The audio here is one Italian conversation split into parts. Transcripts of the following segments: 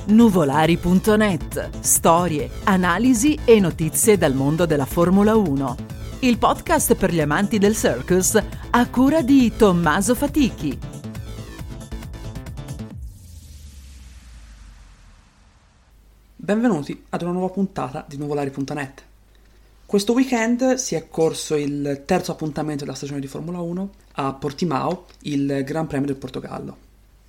Nuvolari.net. Storie, analisi e notizie dal mondo della Formula 1. Il podcast per gli amanti del circus a cura di Tommaso Fatichi. Benvenuti ad una nuova puntata di Nuvolari.net. Questo weekend si è corso il terzo appuntamento della stagione di Formula 1 a Portimao, il Gran Premio del Portogallo.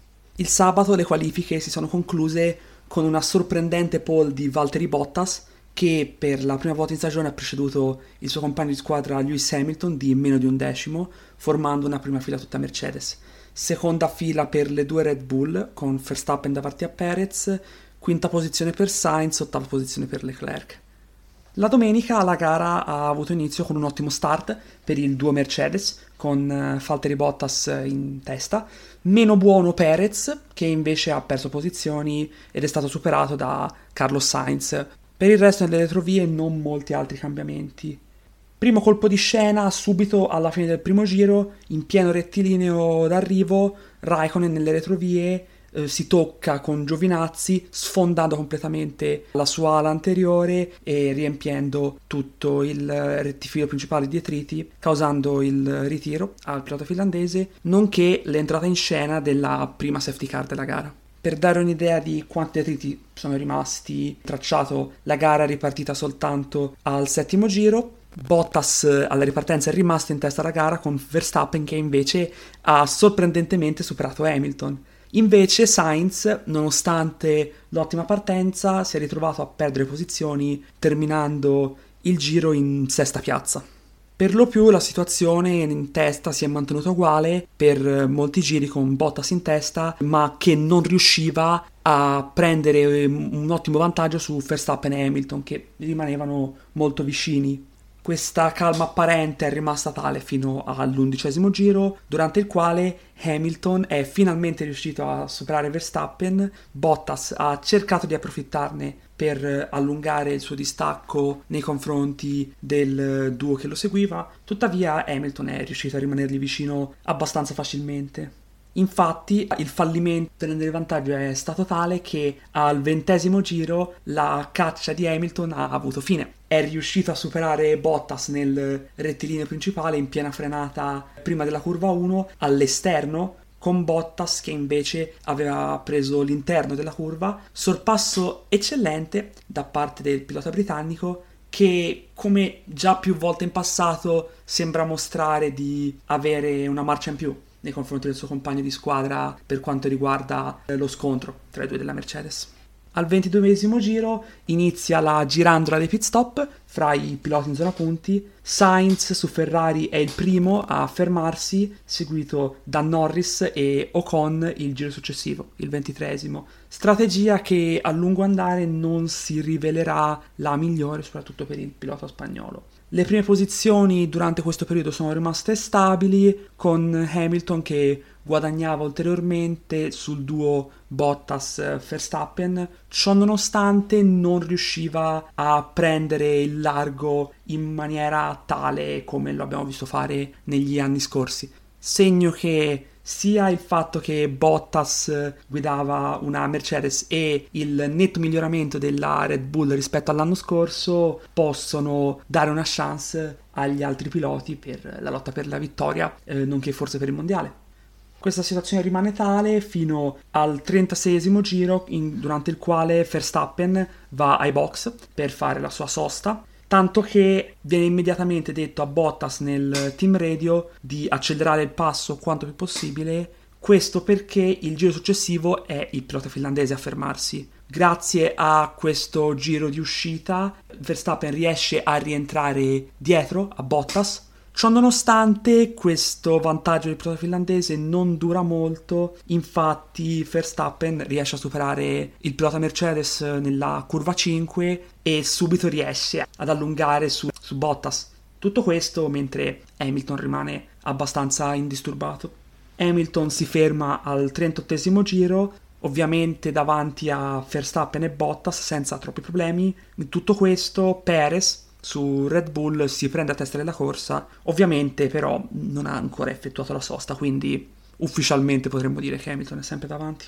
Il sabato le qualifiche si sono concluse con una sorprendente pole di Valtteri Bottas, che per la prima volta in stagione ha preceduto il suo compagno di squadra Lewis Hamilton di meno di un decimo, formando una prima fila tutta Mercedes. Seconda fila per le due Red Bull, con Verstappen davanti a Perez, quinta posizione per Sainz, ottava posizione per Leclerc. La domenica la gara ha avuto inizio con un ottimo start per il duo Mercedes, con Valtteri Bottas in testa, meno buono Perez, che invece ha perso posizioni ed è stato superato da Carlos Sainz. Per il resto nelle retrovie non molti altri cambiamenti. Primo colpo di scena subito alla fine del primo giro, in pieno rettilineo d'arrivo, Raikkonen nelle retrovie si tocca con Giovinazzi, sfondando completamente la sua ala anteriore e riempiendo tutto il rettifilo principale di detriti, causando il ritiro al pilota finlandese, nonché l'entrata in scena della prima safety car della gara. Per dare un'idea di quanti detriti sono rimasti tracciato, la gara è ripartita soltanto al settimo giro. Bottas alla ripartenza è rimasto in testa alla gara, con Verstappen che invece ha sorprendentemente superato Hamilton. Invece Sainz, nonostante l'ottima partenza, si è ritrovato a perdere posizioni, terminando il giro in sesta piazza. Per lo più la situazione in testa si è mantenuta uguale per molti giri, con Bottas in testa, ma che non riusciva a prendere un ottimo vantaggio su Verstappen e Hamilton, che rimanevano molto vicini. Questa calma apparente è rimasta tale fino all'11° giro, durante il quale Hamilton è finalmente riuscito a superare Verstappen. Bottas ha cercato di approfittarne per allungare il suo distacco nei confronti del duo che lo seguiva, tuttavia Hamilton è riuscito a rimanergli vicino abbastanza facilmente. Infatti il fallimento nel prendere vantaggio è stato tale che al 20° giro la caccia di Hamilton ha avuto fine. È riuscito a superare Bottas nel rettilineo principale in piena frenata prima della curva 1 all'esterno, con Bottas che invece aveva preso l'interno della curva. Sorpasso eccellente da parte del pilota britannico, che, come già più volte in passato, sembra mostrare di avere una marcia in più nei confronti del suo compagno di squadra per quanto riguarda lo scontro tra i due della Mercedes. Al 22° giro inizia la girandola dei pit stop fra i piloti in zona punti. Sainz su Ferrari è il primo a fermarsi, seguito da Norris e Ocon il giro successivo, il 23°. Strategia che a lungo andare non si rivelerà la migliore, soprattutto per il pilota spagnolo. Le prime posizioni durante questo periodo sono rimaste stabili, con Hamilton che guadagnava ulteriormente sul duo Bottas-Verstappen. Ciò nonostante non riusciva a prendere il largo in maniera tale come lo abbiamo visto fare negli anni scorsi. Segno che sia il fatto che Bottas guidava una Mercedes e il netto miglioramento della Red Bull rispetto all'anno scorso possono dare una chance agli altri piloti per la lotta per la vittoria, nonché forse per il mondiale. Questa situazione rimane tale fino al 36° giro, durante il quale Verstappen va ai box per fare la sua sosta, tanto che viene immediatamente detto a Bottas nel team radio di accelerare il passo quanto più possibile. Questo perché il giro successivo è il pilota finlandese a fermarsi. Grazie a questo giro di uscita Verstappen riesce a rientrare dietro a Bottas. Ciò nonostante, questo vantaggio del pilota finlandese non dura molto. Infatti Verstappen riesce a superare il pilota Mercedes nella curva 5 e subito riesce ad allungare su Bottas. Tutto questo mentre Hamilton rimane abbastanza indisturbato. Hamilton si ferma al 38° giro, ovviamente davanti a Verstappen e Bottas senza troppi problemi. In tutto questo Perez su Red Bull si prende a testa della corsa, ovviamente però non ha ancora effettuato la sosta, quindi ufficialmente potremmo dire che Hamilton è sempre davanti.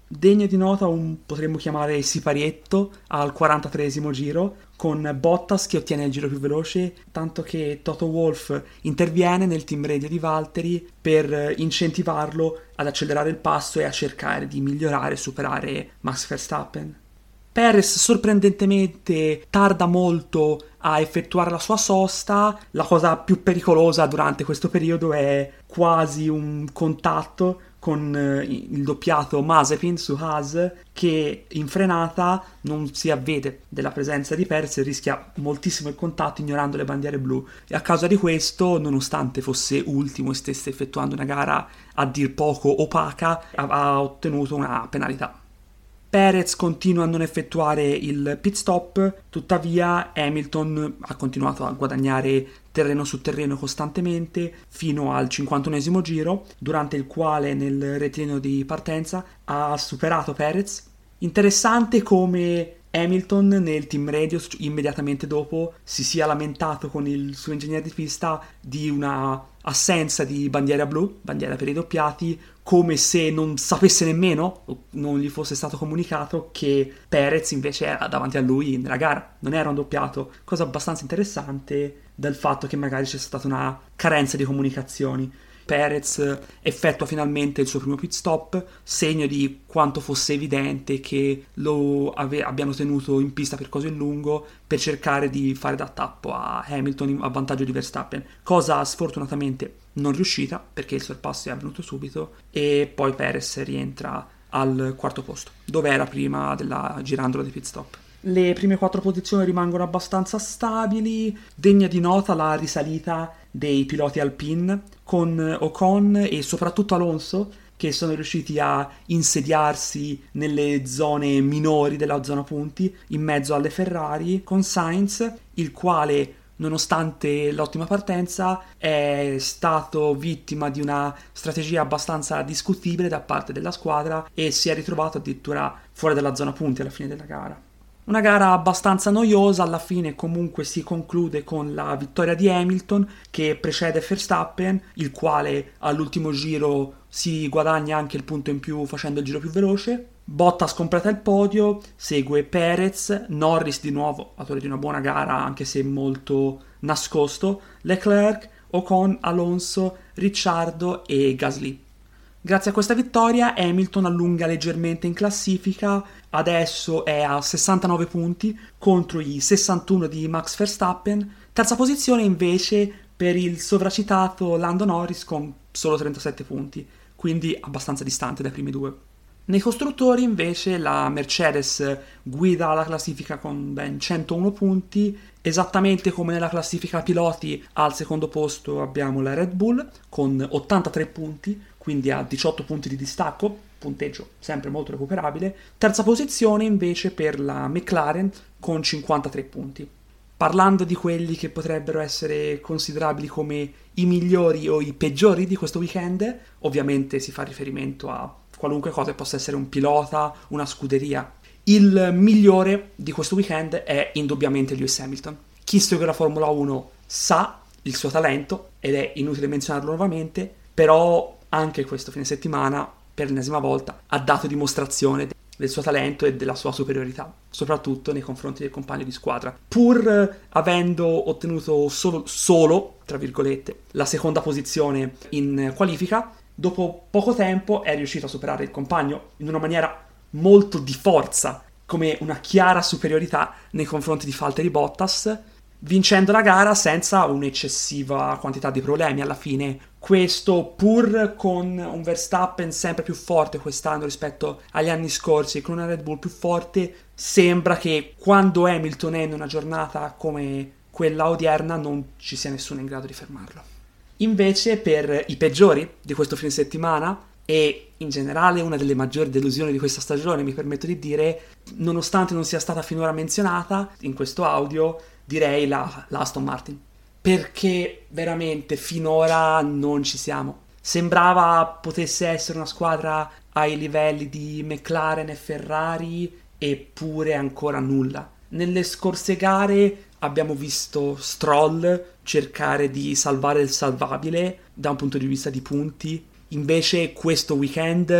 Degno di nota potremmo chiamare siparietto al 43esimo giro, con Bottas che ottiene il giro più veloce, tanto che Toto Wolff interviene nel team radio di Valtteri per incentivarlo ad accelerare il passo e a cercare di migliorare e superare Max Verstappen. Perez sorprendentemente tarda molto a effettuare la sua sosta. La cosa più pericolosa durante questo periodo è quasi un contatto con il doppiato Mazepin su Haas, che in frenata non si avvede della presenza di Perez e rischia moltissimo il contatto ignorando le bandiere blu, e a causa di questo, nonostante fosse ultimo e stesse effettuando una gara a dir poco opaca, ha ottenuto una penalità. Perez continua a non effettuare il pit stop, tuttavia Hamilton ha continuato a guadagnare terreno su terreno costantemente fino al 51esimo giro, durante il quale nel rettilineo di partenza ha superato Perez. Interessante come Hamilton nel team radio immediatamente dopo si sia lamentato con il suo ingegnere di pista di una assenza di bandiera blu, bandiera per i doppiati, come se non sapesse nemmeno, o non gli fosse stato comunicato, che Perez invece era davanti a lui nella gara, non era un doppiato, cosa abbastanza interessante dal fatto che magari c'è stata una carenza di comunicazioni. Perez effettua finalmente il suo primo pit stop, segno di quanto fosse evidente che lo abbiano tenuto in pista per così lungo per cercare di fare da tappo a Hamilton a vantaggio di Verstappen, cosa sfortunatamente non riuscita perché il sorpasso è avvenuto subito e poi Perez rientra al quarto posto, dove era prima della girandola di pit stop. Le prime 4 posizioni rimangono abbastanza stabili, degna di nota la risalita dei piloti Alpine, con Ocon e soprattutto Alonso, che sono riusciti a insediarsi nelle zone minori della zona punti, in mezzo alle Ferrari, con Sainz, il quale, nonostante l'ottima partenza, è stato vittima di una strategia abbastanza discutibile da parte della squadra e si è ritrovato addirittura fuori dalla zona punti alla fine della gara. Una gara abbastanza noiosa, alla fine comunque si conclude con la vittoria di Hamilton che precede Verstappen, il quale all'ultimo giro si guadagna anche il punto in più facendo il giro più veloce. Bottas completa il podio, segue Perez, Norris di nuovo, autore di una buona gara anche se molto nascosto, Leclerc, Ocon, Alonso, Ricciardo e Gasly. Grazie a questa vittoria Hamilton allunga leggermente in classifica, adesso è a 69 punti contro i 61 di Max Verstappen, terza posizione invece per il sovracitato Lando Norris con solo 37 punti, quindi abbastanza distante dai primi due. Nei costruttori invece la Mercedes guida la classifica con ben 101 punti, esattamente come nella classifica piloti al secondo posto abbiamo la Red Bull con 83 punti, quindi a 18 punti di distacco, punteggio sempre molto recuperabile. Terza posizione invece per la McLaren con 53 punti. Parlando di quelli che potrebbero essere considerabili come i migliori o i peggiori di questo weekend, ovviamente si fa riferimento a qualunque cosa possa essere un pilota, una scuderia. Il migliore di questo weekend è indubbiamente Lewis Hamilton. Chi segue la Formula 1 sa il suo talento ed è inutile menzionarlo nuovamente, però anche questo fine settimana, per l'ennesima volta, ha dato dimostrazione del suo talento e della sua superiorità, soprattutto nei confronti del compagno di squadra. Pur avendo ottenuto solo, tra virgolette, la seconda posizione in qualifica, dopo poco tempo è riuscito a superare il compagno in una maniera molto di forza, come una chiara superiorità nei confronti di Valtteri Bottas, vincendo la gara senza un'eccessiva quantità di problemi alla fine. Questo pur con un Verstappen sempre più forte quest'anno rispetto agli anni scorsi e con una Red Bull più forte, sembra che quando Hamilton è in una giornata come quella odierna non ci sia nessuno in grado di fermarlo. Invece per i peggiori di questo fine settimana e in generale una delle maggiori delusioni di questa stagione, mi permetto di dire, nonostante non sia stata finora menzionata in questo audio, direi la Aston Martin, perché veramente finora non ci siamo. Sembrava potesse essere una squadra ai livelli di McLaren e Ferrari, eppure ancora nulla. Nelle scorse gare abbiamo visto Stroll cercare di salvare il salvabile da un punto di vista di punti, invece questo weekend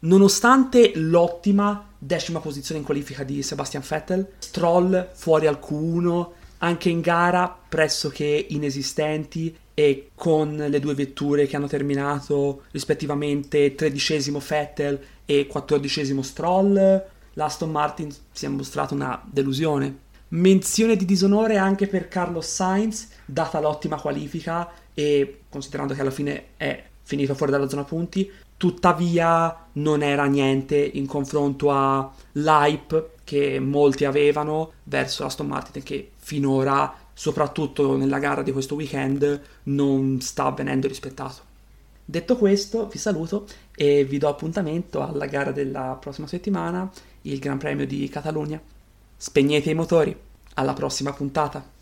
Nonostante l'ottima 10ª posizione in qualifica di Sebastian Vettel, Stroll fuori al Q1, anche in gara pressoché inesistenti, e con le due vetture che hanno terminato rispettivamente 13° Vettel e 14° Stroll, l'Aston Martin si è mostrata una delusione. Menzione di disonore anche per Carlos Sainz, data l'ottima qualifica e considerando che alla fine è finito fuori dalla zona punti, tuttavia non era niente in confronto all'hype che molti avevano verso Aston Martin, che finora, soprattutto nella gara di questo weekend, non sta venendo rispettato. Detto questo, vi saluto e vi do appuntamento alla gara della prossima settimana, il Gran Premio di Catalogna. Spegnete i motori, alla prossima puntata!